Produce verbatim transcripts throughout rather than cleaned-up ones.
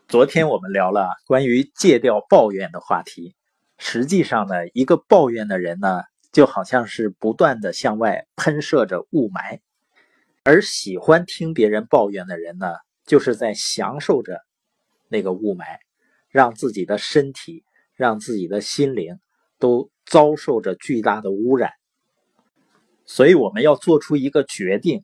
昨天我们聊了关于戒掉抱怨的话题。实际上呢，一个抱怨的人呢，就好像是不断的向外喷射着雾霾，而喜欢听别人抱怨的人呢，就是在享受着那个雾霾，让自己的身体，让自己的心灵都遭受着巨大的污染。所以我们要做出一个决定，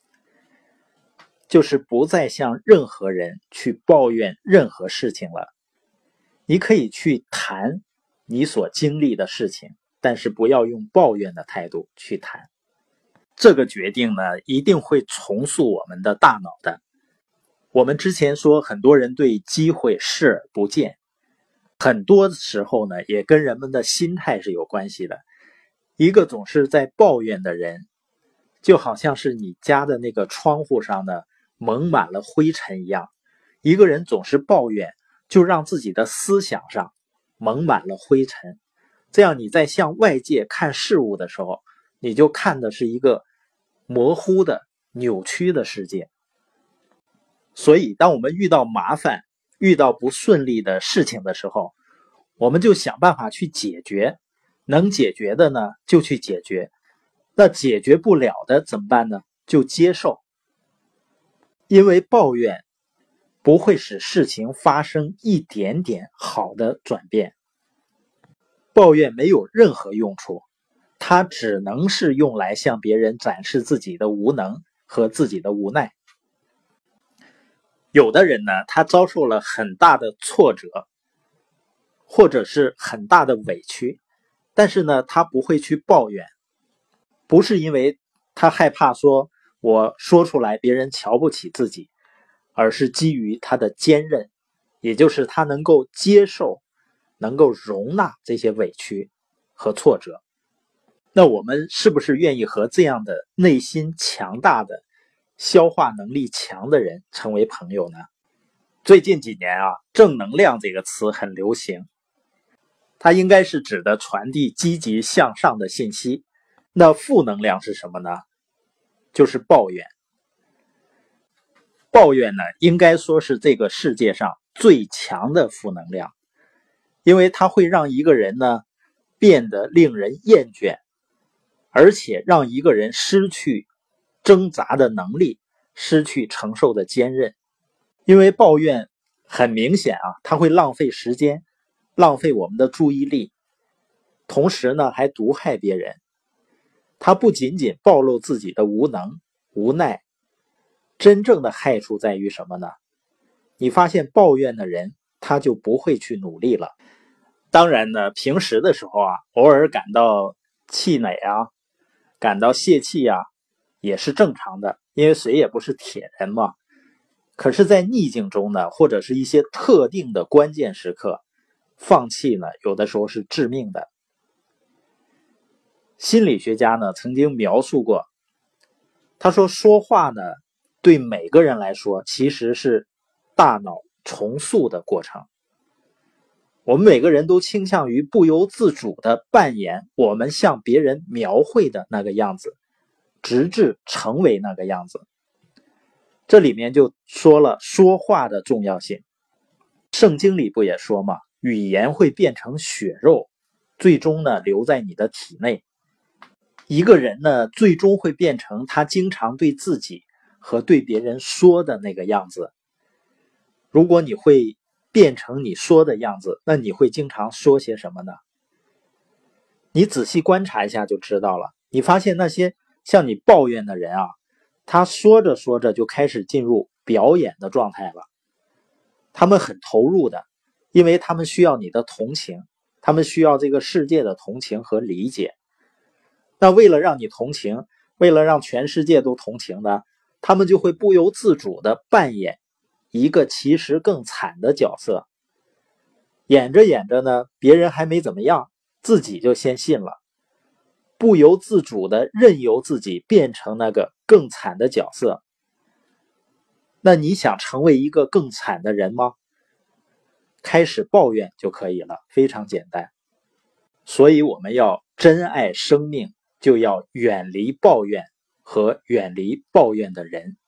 就是不再向任何人去抱怨任何事情了。你可以去谈你所经历的事情，但是不要用抱怨的态度去谈。这个决定呢，一定会重塑我们的大脑的。我们之前说，很多人对机会视而不见，很多时候呢，也跟人们的心态是有关系的。一个总是在抱怨的人，就好像是你家的那个窗户上呢蒙满了灰尘一样。一个人总是抱怨，就让自己的思想上蒙满了灰尘，这样你在向外界看事物的时候，你就看的是一个模糊的扭曲的世界。所以当我们遇到麻烦，遇到不顺利的事情的时候，我们就想办法去解决，能解决的呢就去解决，那解决不了的怎么办呢？就接受。因为抱怨不会使事情发生一点点好的转变，抱怨没有任何用处，它只能是用来向别人展示自己的无能和自己的无奈。有的人呢，他遭受了很大的挫折，或者是很大的委屈，但是呢，他不会去抱怨，不是因为他害怕说我说出来别人瞧不起自己，而是基于他的坚韧，也就是他能够接受，能够容纳这些委屈和挫折。那我们是不是愿意和这样的内心强大的、消化能力强的人成为朋友呢？最近几年啊，正能量这个词很流行，它应该是指的传递积极向上的信息。那负能量是什么呢？就是抱怨。抱怨呢，应该说是这个世界上最强的负能量，因为它会让一个人呢变得令人厌倦，而且让一个人失去挣扎的能力，失去承受的坚韧。因为抱怨很明显啊，它会浪费时间，浪费我们的注意力，同时呢还毒害别人。它不仅仅暴露自己的无能无奈，真正的害处在于什么呢？你发现抱怨的人他就不会去努力了。当然呢，平时的时候啊，偶尔感到气馁啊，感到泄气啊，也是正常的，因为谁也不是铁人嘛。可是在逆境中呢，或者是一些特定的关键时刻，放弃呢，有的时候是致命的。心理学家呢曾经描述过，他说说话呢对每个人来说其实是大脑重塑的过程。我们每个人都倾向于不由自主地扮演我们向别人描绘的那个样子，直至成为那个样子。这里面就说了说话的重要性。圣经里不也说嘛，语言会变成血肉，最终呢留在你的体内。一个人呢最终会变成他经常对自己和对别人说的那个样子。如果你会变成你说的样子，那你会经常说些什么呢？你仔细观察一下就知道了。你发现那些向你抱怨的人啊，他说着说着就开始进入表演的状态了。他们很投入的，因为他们需要你的同情，他们需要这个世界的同情和理解。那为了让你同情，为了让全世界都同情呢，他们就会不由自主地扮演一个其实更惨的角色。演着演着呢，别人还没怎么样，自己就先信了，不由自主地任由自己变成那个更惨的角色。那你想成为一个更惨的人吗？开始抱怨就可以了，非常简单。所以我们要珍爱生命，就要远离抱怨和远离抱怨的人。